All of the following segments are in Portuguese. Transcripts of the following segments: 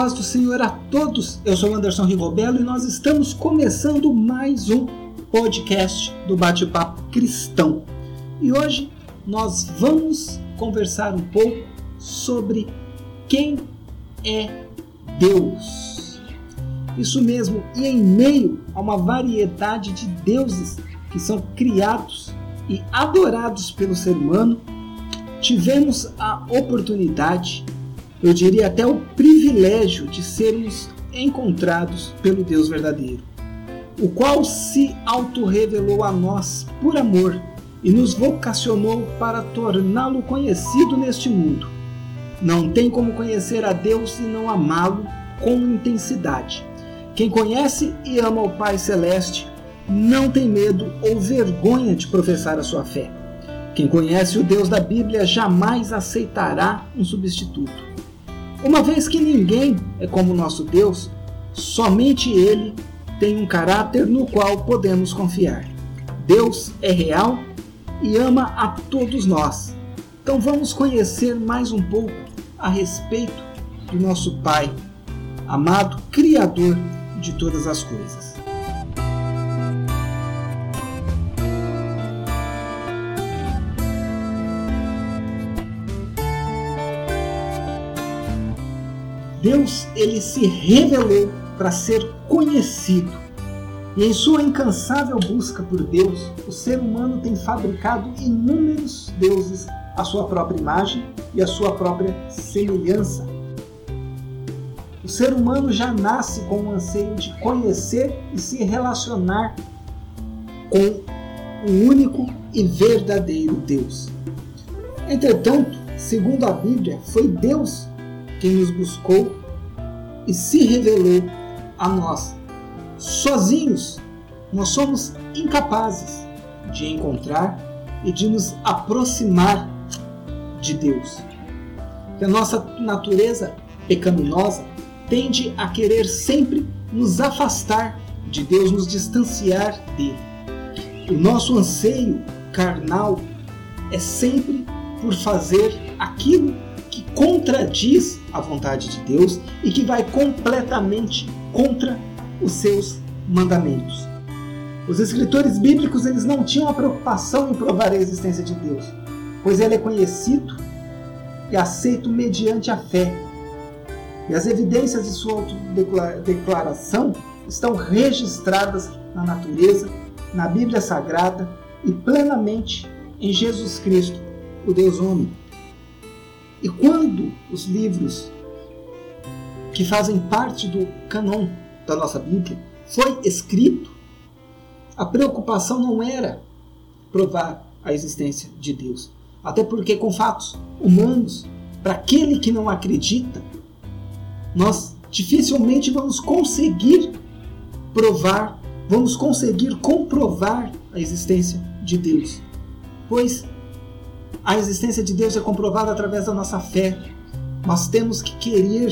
paz do Senhor a todos. Eu sou Anderson Rigobello e nós estamos começando mais um podcast do Bate-Papo Cristão. E hoje nós vamos conversar um pouco sobre quem é Deus. Isso mesmo, e em meio a uma variedade de deuses que são criados e adorados pelo ser humano, tivemos a oportunidade, eu diria até o privilégio de sermos encontrados pelo Deus verdadeiro, o qual se autorrevelou a nós por amor e nos vocacionou para torná-lo conhecido neste mundo. Não tem como conhecer a Deus e não amá-lo com intensidade. Quem conhece e ama o Pai Celeste não tem medo ou vergonha de professar a sua fé. Quem conhece o Deus da Bíblia jamais aceitará um substituto. Uma vez que ninguém é como nosso Deus, somente Ele tem um caráter no qual podemos confiar. Deus é real e ama a todos nós. Então vamos conhecer mais um pouco a respeito do nosso Pai, amado Criador de todas as coisas. Deus, ele se revelou para ser conhecido. E em sua incansável busca por Deus, o ser humano tem fabricado inúmeros deuses à sua própria imagem e à sua própria semelhança. O ser humano já nasce com o anseio de conhecer e se relacionar com o único e verdadeiro Deus. Entretanto, segundo a Bíblia, foi Deus quem nos buscou e se revelou a nós. Sozinhos, nós somos incapazes de encontrar e de nos aproximar de Deus. A nossa natureza pecaminosa tende a querer sempre nos afastar de Deus, nos distanciar dele. O nosso anseio carnal é sempre por fazer aquilo que contradiz a vontade de Deus e que vai completamente contra os seus mandamentos. Os escritores bíblicos, eles não tinham a preocupação em provar a existência de Deus, pois ele é conhecido e aceito mediante a fé. E as evidências de sua autodeclaração estão registradas na natureza, na Bíblia Sagrada e plenamente em Jesus Cristo, o Deus homem. E quando os livros que fazem parte do cânon da nossa Bíblia foi escrito, a preocupação não era provar a existência de Deus. Até porque com fatos humanos, para aquele que não acredita, nós dificilmente vamos conseguir provar, vamos conseguir comprovar a existência de Deus. Pois a existência de Deus é comprovada através da nossa fé. Nós temos que querer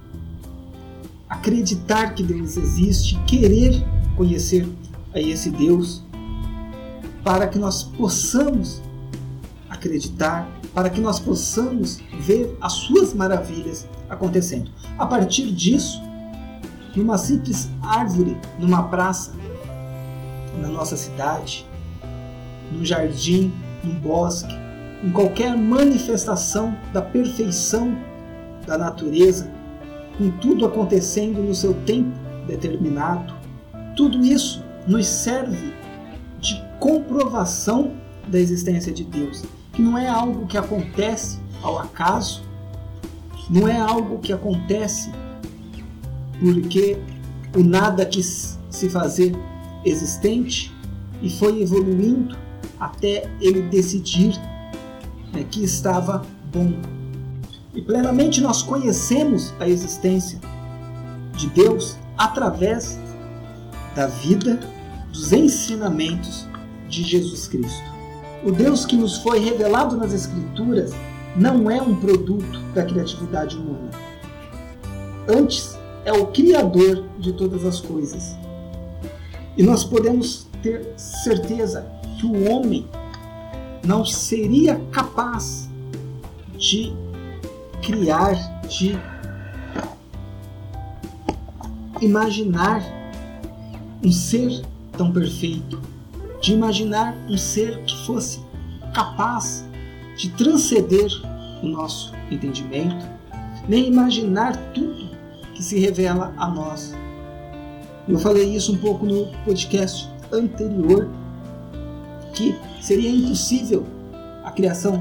acreditar que Deus existe, querer conhecer a esse Deus, para que nós possamos acreditar, para que nós possamos ver as suas maravilhas acontecendo. A partir disso, numa simples árvore, numa praça, na nossa cidade, num jardim, num bosque, em qualquer manifestação da perfeição da natureza, com tudo acontecendo no seu tempo determinado, tudo isso nos serve de comprovação da existência de Deus, que não é algo que acontece ao acaso, não é algo que acontece porque o nada quis se fazer existente e foi evoluindo até ele decidir que estava bom. E plenamente nós conhecemos a existência de Deus através da vida, dos ensinamentos de Jesus Cristo. O Deus que nos foi revelado nas Escrituras não é um produto da criatividade humana. Antes, é o Criador de todas as coisas. E nós podemos ter certeza que o homem não seria capaz de criar, de imaginar um ser tão perfeito, de imaginar um ser que fosse capaz de transcender o nosso entendimento, nem imaginar tudo que se revela a nós. Eu falei isso um pouco no podcast anterior, que seria impossível a criação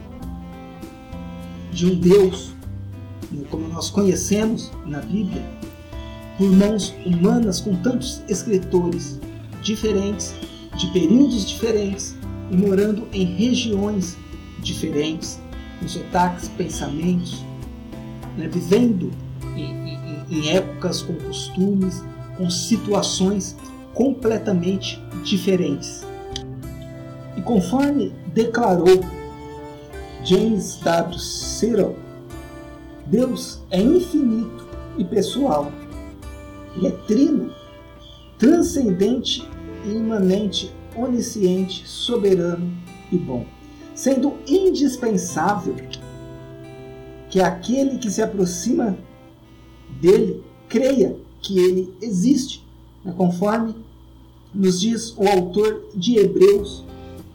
de um Deus, como nós conhecemos na Bíblia, por mãos humanas, com tantos escritores diferentes, de períodos diferentes, e morando em regiões diferentes, com sotaques, pensamentos, vivendo em épocas, com costumes, com situações completamente diferentes. E conforme declarou James W. Cyril, Deus é infinito e pessoal. Ele é trino, transcendente e imanente, onisciente, soberano e bom, sendo indispensável que aquele que se aproxima dele creia que ele existe, conforme nos diz o autor de Hebreus,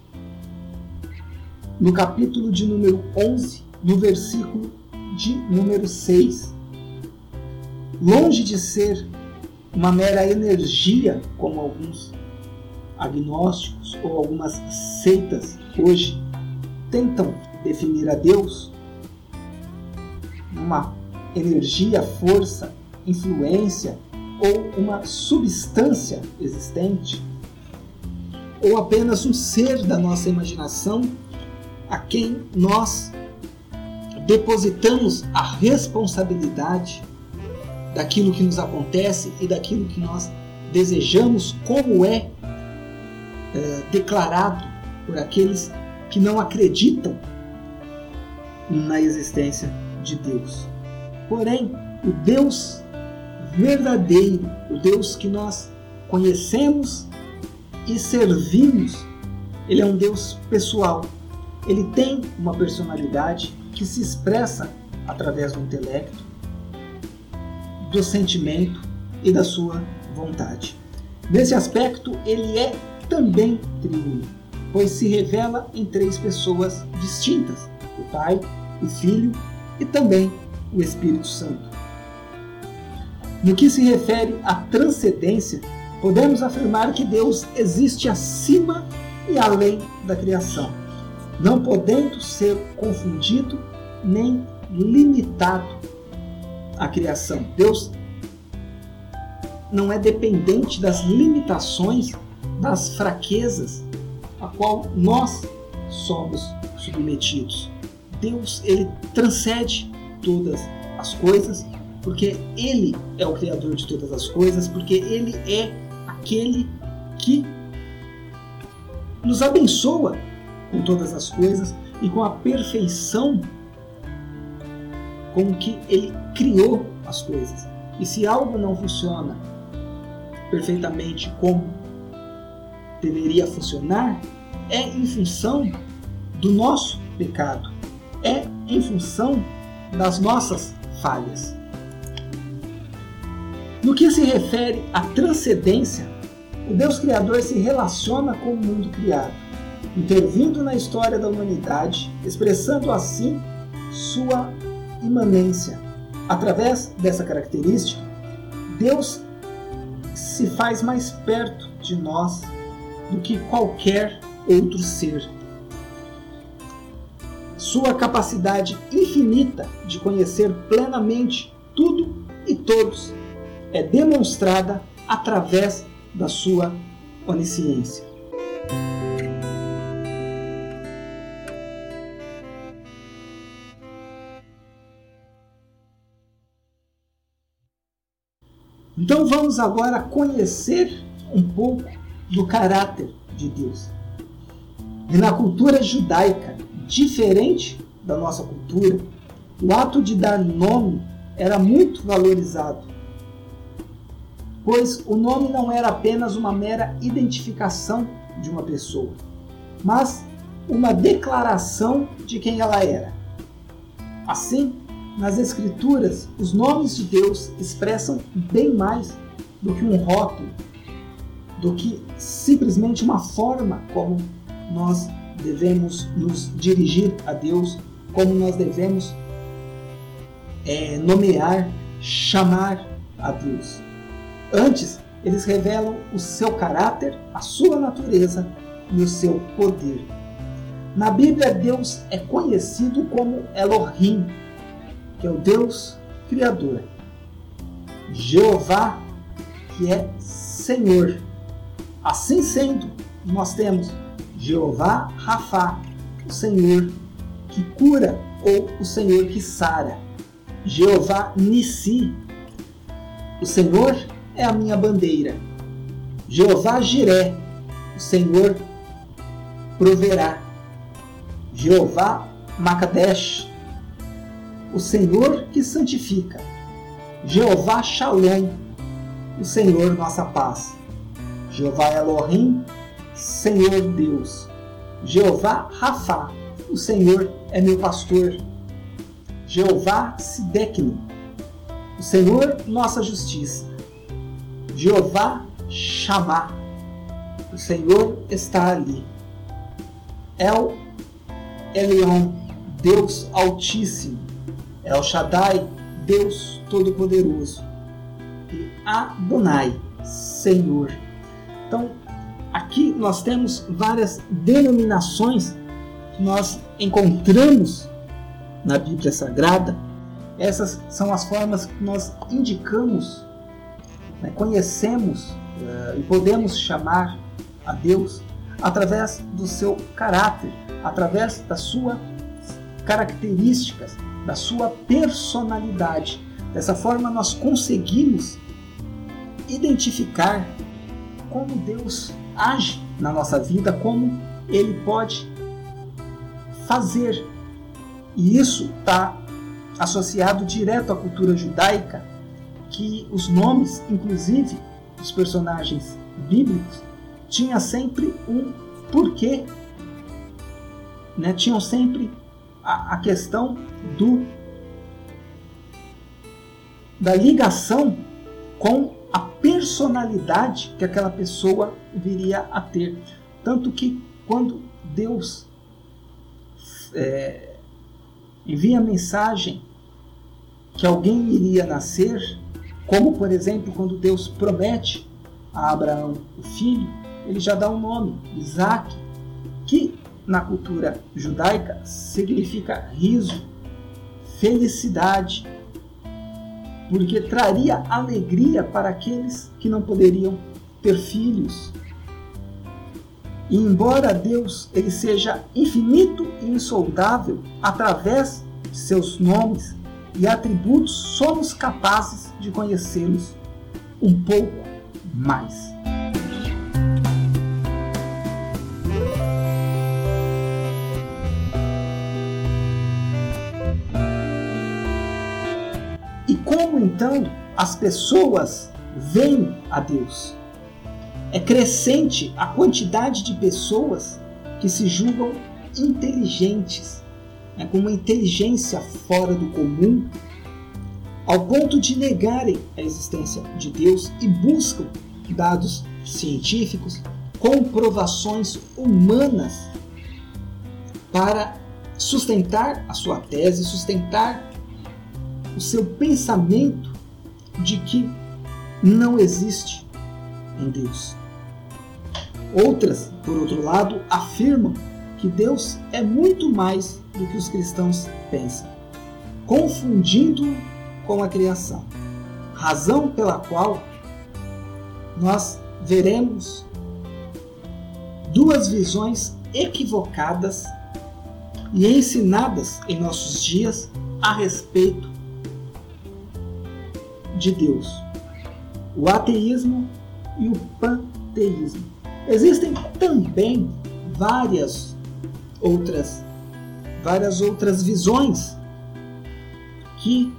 no capítulo de número 11, no versículo de número 6. Longe de ser uma mera energia, como alguns agnósticos ou algumas seitas hoje tentam definir a Deus, uma energia, força, influência ou uma substância existente, ou apenas um ser da nossa imaginação a quem nós depositamos a responsabilidade daquilo que nos acontece e daquilo que nós desejamos, como é declarado por aqueles que não acreditam na existência de Deus. Porém, o Deus verdadeiro, o Deus que nós conhecemos e servimos, ele é um Deus pessoal. Ele tem uma personalidade que se expressa através do intelecto, do sentimento e da sua vontade. Nesse aspecto, ele é também trino, pois se revela em três pessoas distintas: o Pai, o Filho e também o Espírito Santo. No que se refere à transcendência, podemos afirmar que Deus existe acima e além da criação, não podendo ser confundido nem limitado à criação. Deus não é dependente das limitações, das fraquezas a qual nós somos submetidos. Deus, ele transcende todas as coisas, porque ele é o Criador de todas as coisas, porque ele é aquele que nos abençoa com todas as coisas e com a perfeição com que ele criou as coisas. E se algo não funciona perfeitamente como deveria funcionar, é em função do nosso pecado, é em função das nossas falhas. No que se refere à transcendência, o Deus Criador se relaciona com o mundo criado, intervindo na história da humanidade, expressando assim sua imanência. Através dessa característica, Deus se faz mais perto de nós do que qualquer outro ser. Sua capacidade infinita de conhecer plenamente tudo e todos é demonstrada através da sua onisciência. Então vamos agora conhecer um pouco do caráter de Deus. E na cultura judaica, diferente da nossa cultura, o ato de dar nome era muito valorizado, pois o nome não era apenas uma mera identificação de uma pessoa, mas uma declaração de quem ela era. Assim, nas Escrituras, os nomes de Deus expressam bem mais do que um rótulo, do que simplesmente uma forma como nós devemos nos dirigir a Deus, como nós devemos nomear, chamar a Deus. Antes, eles revelam o seu caráter, a sua natureza e o seu poder. Na Bíblia, Deus é conhecido como Elohim, que é o Deus Criador. Jeová, que é Senhor. Assim sendo, nós temos Jeová Rafá, o Senhor que cura ou o Senhor que sara. Jeová Nissi, o Senhor é a minha bandeira. Jeová Jiré, o Senhor proverá. Jeová Makadesh, o Senhor que santifica. Jeová Shalom, o Senhor nossa paz. Jeová Elohim, Senhor Deus. Jeová Rafá, o Senhor é meu pastor. Jeová Sidekni, o Senhor nossa justiça. Jeová Shammah, o Senhor está ali. El Elyon, Deus Altíssimo. El Shaddai, Deus Todo-Poderoso. E Adonai, Senhor. Então, aqui nós temos várias denominações que nós encontramos na Bíblia Sagrada. Essas são as formas que nós indicamos, conhecemos e podemos chamar a Deus através do seu caráter, através das suas características, da sua personalidade. Dessa forma nós conseguimos identificar como Deus age na nossa vida, como Ele pode fazer. E isso está associado direto à cultura judaica, que os nomes, inclusive dos personagens bíblicos, tinha sempre um porquê, tinham sempre a questão da ligação com a personalidade que aquela pessoa viria a ter. Tanto que quando Deus envia a mensagem que alguém iria nascer, como por exemplo quando Deus promete a Abraão o filho, ele já dá um nome, Isaac, que na cultura judaica significa riso, felicidade, porque traria alegria para aqueles que não poderiam ter filhos. E embora Deus ele seja infinito e insondável, através de seus nomes e atributos, somos capazes de conhecê-los um pouco mais. E como então as pessoas veem a Deus? É crescente a quantidade de pessoas que se julgam inteligentes, com uma inteligência fora do comum, ao ponto de negarem a existência de Deus e buscam dados científicos, comprovações humanas para sustentar a sua tese, sustentar o seu pensamento de que não existe um Deus. Outras, por outro lado, afirmam que Deus é muito mais do que os cristãos pensam, confundindo com a criação, razão pela qual nós veremos duas visões equivocadas e ensinadas em nossos dias a respeito de Deus: o ateísmo e o panteísmo. Existem também várias outras visões que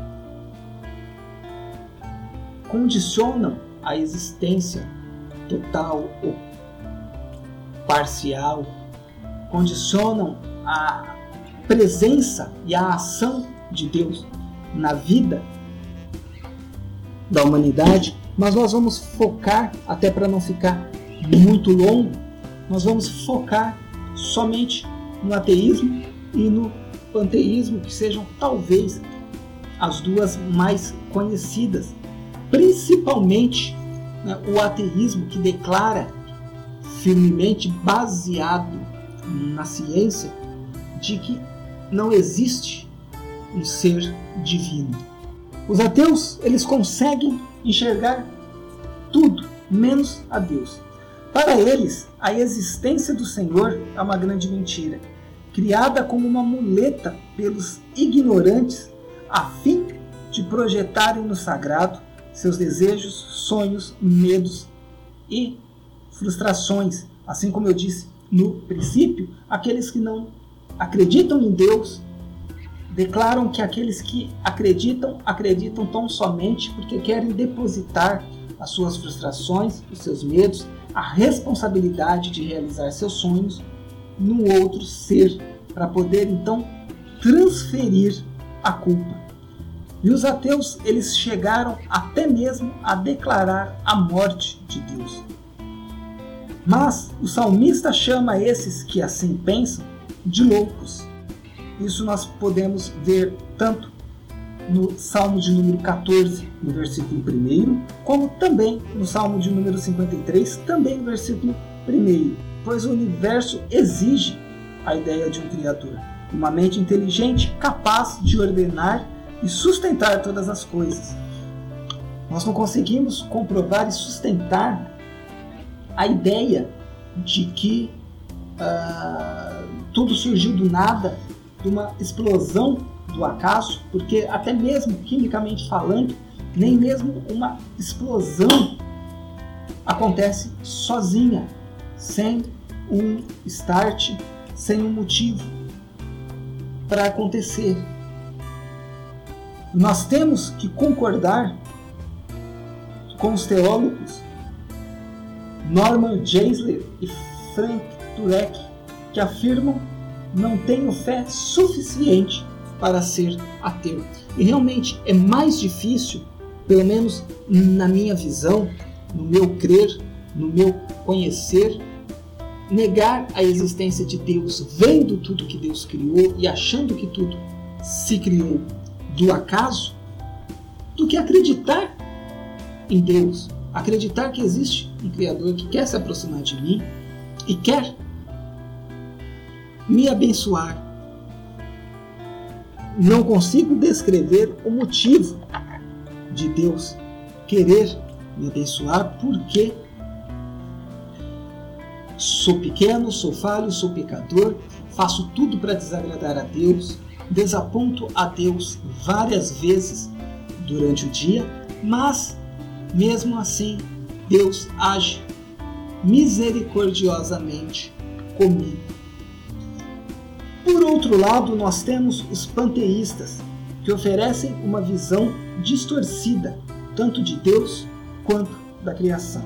condicionam a existência total ou parcial, condicionam a presença e a ação de Deus na vida da humanidade, mas nós vamos focar, até para não ficar muito longo, nós vamos focar somente no ateísmo e no panteísmo, que sejam talvez as duas mais conhecidas, principalmente, né, o ateísmo, que declara firmemente, baseado na ciência, de que não existe um ser divino. Os ateus, eles conseguem enxergar tudo, menos a Deus. Para eles, a existência do Senhor é uma grande mentira, criada como uma muleta pelos ignorantes, a fim de projetarem no sagrado seus desejos, sonhos, medos e frustrações. Assim como eu disse no princípio, aqueles que não acreditam em Deus declaram que aqueles que acreditam tão somente porque querem depositar as suas frustrações, os seus medos, a responsabilidade de realizar seus sonhos num outro ser, para poder então transferir a culpa. E os ateus, eles chegaram até mesmo a declarar a morte de Deus. Mas o salmista chama esses que assim pensam de loucos. Isso nós podemos ver tanto no Salmo de número 14, no versículo 1, como também no Salmo de número 53, também no versículo 1. Pois o universo exige a ideia de um Criador, uma mente inteligente capaz de ordenar e sustentar todas as coisas. Nós não conseguimos comprovar e sustentar a ideia de que tudo surgiu do nada, de uma explosão do acaso, porque até mesmo quimicamente falando, nem mesmo uma explosão acontece sozinha, sem um start, sem um motivo para acontecer. Nós temos que concordar com os teólogos Norman Geisler e Frank Turek, que afirmam: não tenho fé suficiente para ser ateu. E realmente é mais difícil, pelo menos na minha visão, no meu crer, no meu conhecer, negar a existência de Deus, vendo tudo que Deus criou e achando que tudo se criou do acaso, do que acreditar em Deus, acreditar que existe um Criador que quer se aproximar de mim e quer me abençoar. Não consigo descrever o motivo de Deus querer me abençoar, porque sou pequeno, sou falho, sou pecador, faço tudo para desagradar a Deus, desaponto a Deus várias vezes durante o dia, mas mesmo assim Deus age misericordiosamente comigo. Por outro lado, nós temos os panteístas, que oferecem uma visão distorcida, tanto de Deus quanto da criação.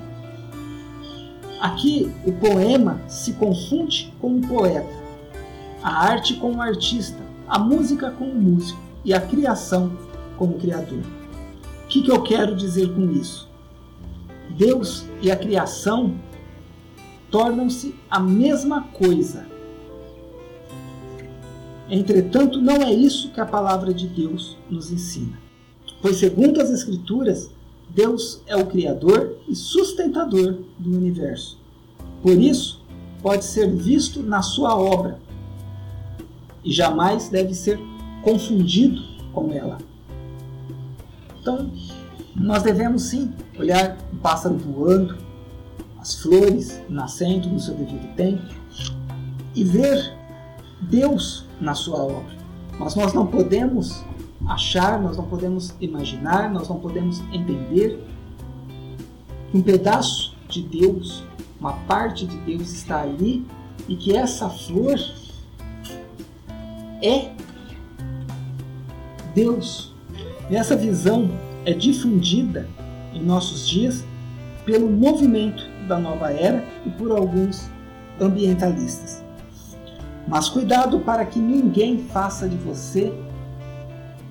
Aqui, o poema se confunde com o poeta, a arte com o artista, a música com o músico e a criação com o criador. O que eu quero dizer com isso? Deus e a criação tornam-se a mesma coisa. Entretanto, não é isso que a palavra de Deus nos ensina. Pois, segundo as Escrituras, Deus é o Criador e sustentador do universo. Por isso, pode ser visto na sua obra e jamais deve ser confundido com ela. Então, nós devemos sim olhar o pássaro voando, as flores nascendo no seu devido tempo e ver Deus na sua obra. Mas nós não podemos achar, nós não podemos imaginar, nós não podemos entender que um pedaço de Deus, uma parte de Deus está ali e que essa flor é Deus. E essa visão é difundida em nossos dias pelo movimento da nova era e por alguns ambientalistas. Mas cuidado para que ninguém faça de você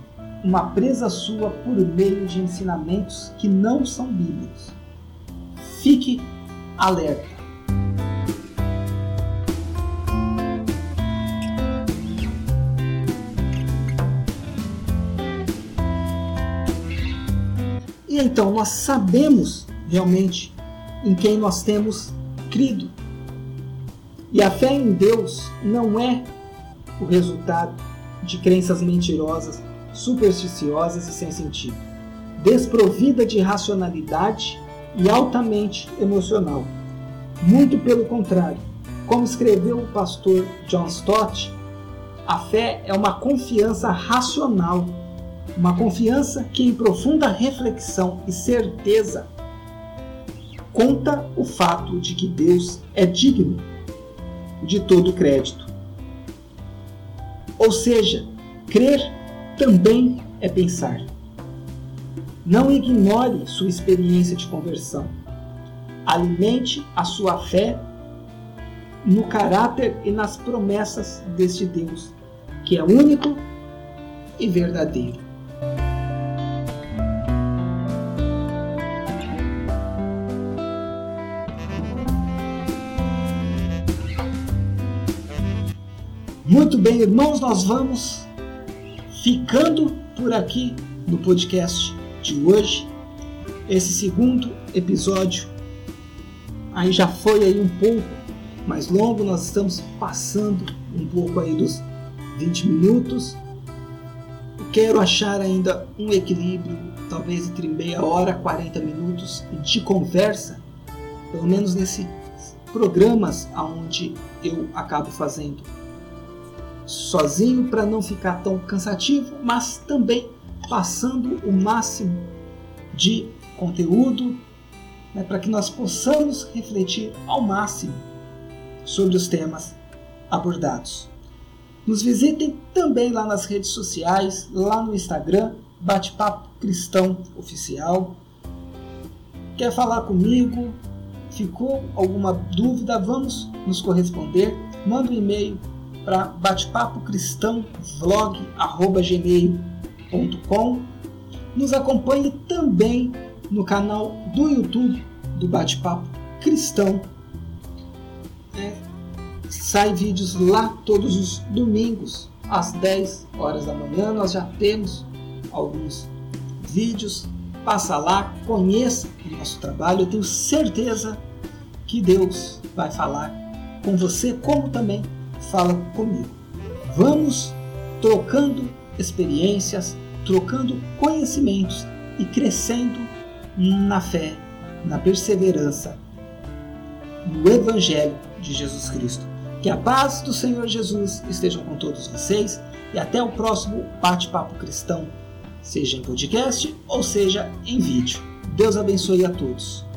uma presa sua por meio de ensinamentos que não são bíblicos. Fique alerta. E então nós sabemos realmente em quem nós temos crido. E a fé em Deus não é o resultado de crenças mentirosas, supersticiosas e sem sentido, desprovida de racionalidade e altamente emocional. Muito pelo contrário, como escreveu o pastor John Stott, a fé é uma confiança racional, uma confiança que em profunda reflexão e certeza conta o fato de que Deus é digno de todo crédito. Ou seja, crer também é pensar. Não ignore sua experiência de conversão. Alimente a sua fé no caráter e nas promessas deste Deus, que é único e verdadeiro. Muito bem, irmãos, nós vamos ficando por aqui no podcast de hoje. Esse segundo episódio aí já foi aí um pouco mais longo, nós estamos passando um pouco aí dos 20 minutos. Eu quero achar ainda um equilíbrio, talvez entre meia hora, 40 minutos de conversa, pelo menos nesses programas onde eu acabo fazendo sozinho para não ficar tão cansativo, mas também passando o máximo de conteúdo, né, para que nós possamos refletir ao máximo sobre os temas abordados. Nos visitem também lá nas redes sociais, lá no Instagram, Bate-Papo Cristão Oficial. Quer falar comigo? Ficou alguma dúvida? Vamos nos corresponder. Manda um e-mail para batepapocristãovlog@gmail.com. Nos acompanhe também no canal do YouTube do Bate-Papo Cristão. Sai vídeos lá todos os domingos às 10 horas da manhã. Nós já temos alguns vídeos. Passa lá, conheça o nosso trabalho. Eu tenho certeza que Deus vai falar com você, como também fala comigo. Vamos trocando experiências, trocando conhecimentos e crescendo na fé, na perseverança, no Evangelho de Jesus Cristo. Que a paz do Senhor Jesus esteja com todos vocês e até o próximo Bate-Papo Cristão, seja em podcast ou seja em vídeo. Deus abençoe a todos.